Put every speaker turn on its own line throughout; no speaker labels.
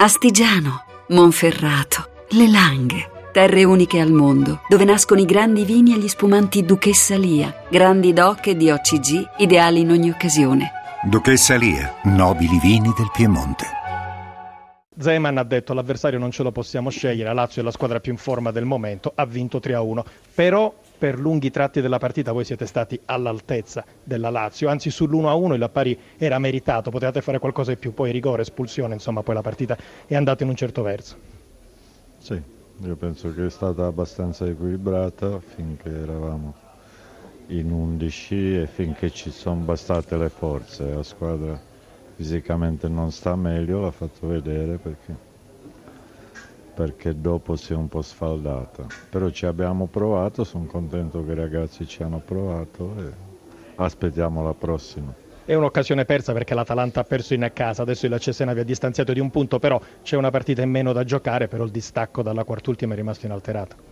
Astigiano, Monferrato, Le Langhe. Terre uniche al mondo, dove nascono i grandi vini e gli spumanti Duchessa Lia, grandi DOC e DOCG, ideali in ogni occasione.
Duchessa Lia, nobili vini del Piemonte.
Zeman ha detto l'avversario non ce lo possiamo scegliere, la Lazio è la squadra più in forma del momento, ha vinto 3-1, però per lunghi tratti della partita voi siete stati all'altezza della Lazio, anzi sull'1-1 il pari era meritato, potevate fare qualcosa di più, poi rigore, espulsione, insomma poi la partita è andata in un certo verso.
Sì, io penso che è stata abbastanza equilibrata finché eravamo in 11 e finché ci sono bastate le forze, la squadra fisicamente non sta meglio, l'ha fatto vedere perché dopo si è un po' sfaldata, però ci abbiamo provato, sono contento che i ragazzi ci hanno provato e aspettiamo la prossima.
È un'occasione persa perché l'Atalanta ha perso in casa, adesso il Cesena vi ha distanziato di un punto, però c'è una partita in meno da giocare, però il distacco dalla quart'ultima è rimasto inalterato.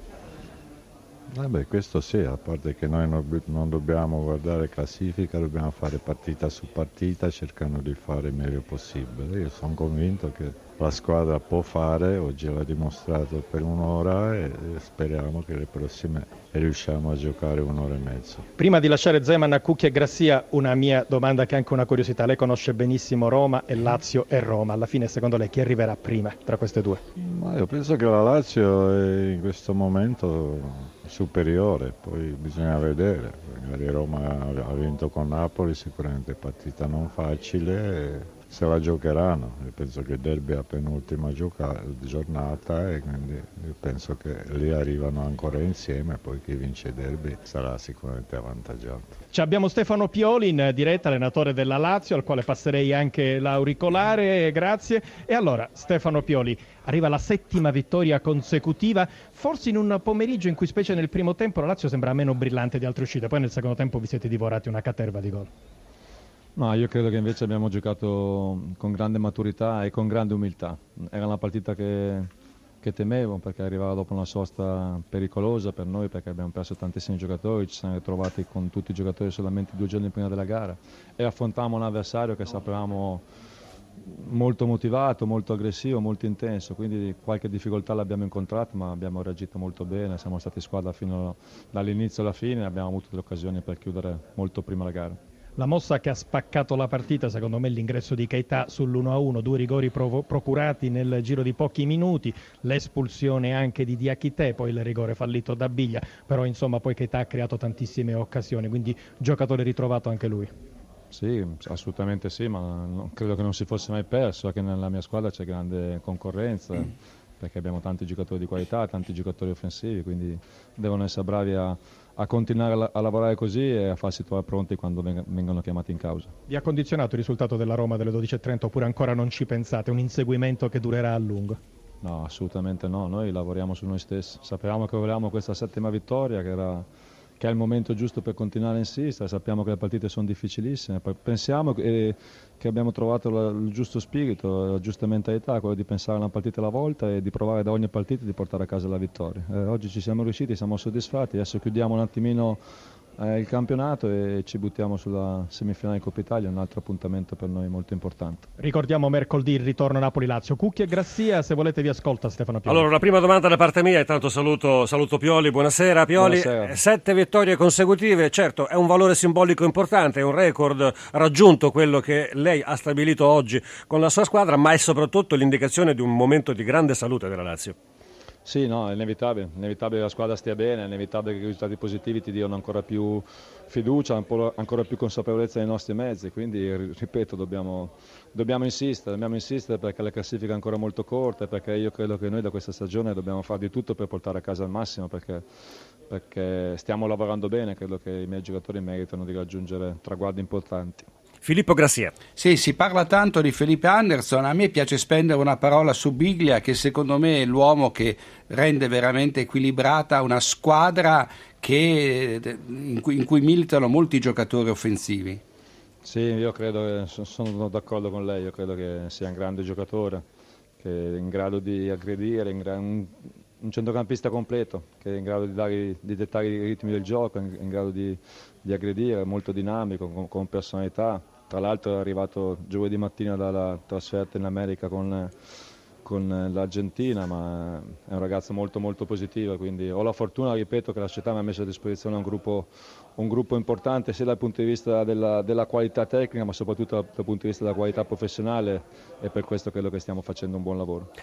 Questo sì, a parte che noi non dobbiamo guardare classifica, dobbiamo fare partita su partita cercando di fare il meglio possibile. Io sono convinto che la squadra può fare, oggi l'ha dimostrato per un'ora e speriamo che le prossime riusciamo a giocare un'ora e mezza.
Prima di lasciare Zeman a Cucchi e Grassia, una mia domanda che è anche una curiosità. Lei conosce benissimo Roma e Lazio e Roma. Alla fine, secondo lei, chi arriverà prima tra queste due?
Ma io penso che la Lazio è in questo momento superiore, poi bisogna vedere. Magari Roma ha vinto con Napoli, sicuramente partita non facile. Se la giocheranno, io penso che il derby è la penultima giornata e quindi io penso che lì arrivano ancora insieme, poi chi vince il derby sarà sicuramente avvantaggiato.
Ci abbiamo Stefano Pioli in diretta, allenatore della Lazio, al quale passerei anche l'auricolare, grazie. E allora, Stefano Pioli, arriva la 7ª vittoria consecutiva, forse in un pomeriggio in cui, specie nel primo tempo, la Lazio sembra meno brillante di altre uscite, poi nel secondo tempo vi siete divorati una caterva di gol.
No, io credo che invece abbiamo giocato con grande maturità e con grande umiltà. Era una partita che temevo perché arrivava dopo una sosta pericolosa per noi, perché abbiamo perso tantissimi giocatori, ci siamo ritrovati con tutti i giocatori solamente 2 giorni prima della gara e affrontammo un avversario che sapevamo molto motivato, molto aggressivo, molto intenso, quindi qualche difficoltà l'abbiamo incontrata, ma abbiamo reagito molto bene, siamo stati squadra fino dall'inizio alla fine e abbiamo avuto delle occasioni per chiudere molto prima la gara.
La mossa che ha spaccato la partita, secondo me, l'ingresso di Keita sull'1-1, 2 rigori procurati nel giro di pochi minuti, l'espulsione anche di Diakité, poi il rigore fallito da Biglia, però insomma poi Keita ha creato tantissime occasioni, quindi giocatore ritrovato anche lui.
Sì, assolutamente sì, ma credo che non si fosse mai perso, che nella mia squadra c'è grande concorrenza, perché abbiamo tanti giocatori di qualità, tanti giocatori offensivi, quindi devono essere bravi a continuare a lavorare così e a farsi trovare pronti quando vengono chiamati in causa.
Vi ha condizionato il risultato della Roma delle 12:30 oppure ancora non ci pensate? Un inseguimento che durerà a lungo?
No, assolutamente no, noi lavoriamo su noi stessi, sapevamo che volevamo questa 7ª vittoria che è il momento giusto per continuare a insistere, sappiamo che le partite sono difficilissime, poi pensiamo che abbiamo trovato il giusto spirito, la giusta mentalità, quello di pensare una partita alla volta e di provare da ogni partita di portare a casa la vittoria. Oggi ci siamo riusciti, siamo soddisfatti, adesso chiudiamo un attimino il campionato e ci buttiamo sulla semifinale di Coppa Italia, un altro appuntamento per noi molto importante.
Ricordiamo mercoledì il ritorno a Napoli-Lazio. Cucchi e Grassia, se volete vi ascolta Stefano Pioli.
Allora, la prima domanda da parte mia, intanto saluto Pioli, buonasera Pioli.
Buonasera.
7 vittorie consecutive, certo è un valore simbolico importante, è un record raggiunto quello che lei ha stabilito oggi con la sua squadra, ma è soprattutto l'indicazione di un momento di grande salute della Lazio.
Sì, no, è inevitabile che la squadra stia bene, è inevitabile che i risultati positivi ti diano ancora più fiducia, ancora più consapevolezza nei nostri mezzi, quindi ripeto, dobbiamo insistere perché la classifica è ancora molto corta e perché io credo che noi da questa stagione dobbiamo fare di tutto per portare a casa al massimo perché stiamo lavorando bene, credo che i miei giocatori meritano di raggiungere traguardi importanti.
Filippo Grassia.
Sì, si parla tanto di Felipe Anderson, a me piace spendere una parola su Biglia, che secondo me è l'uomo che rende veramente equilibrata una squadra in cui militano molti giocatori offensivi.
Sì, io credo, sono d'accordo con lei, io credo che sia un grande giocatore, che è in grado di aggredire, un centrocampista completo, che è in grado di dettare i ritmi del gioco, in grado di aggredire, molto dinamico, con personalità. Tra l'altro è arrivato giovedì mattina dalla trasferta in America con con l'Argentina, ma è un ragazzo molto molto positivo, quindi ho la fortuna, ripeto, che la società mi ha messo a disposizione un gruppo importante sia dal punto di vista della qualità tecnica, ma soprattutto dal punto di vista della qualità professionale, e per questo credo che stiamo facendo un buon lavoro.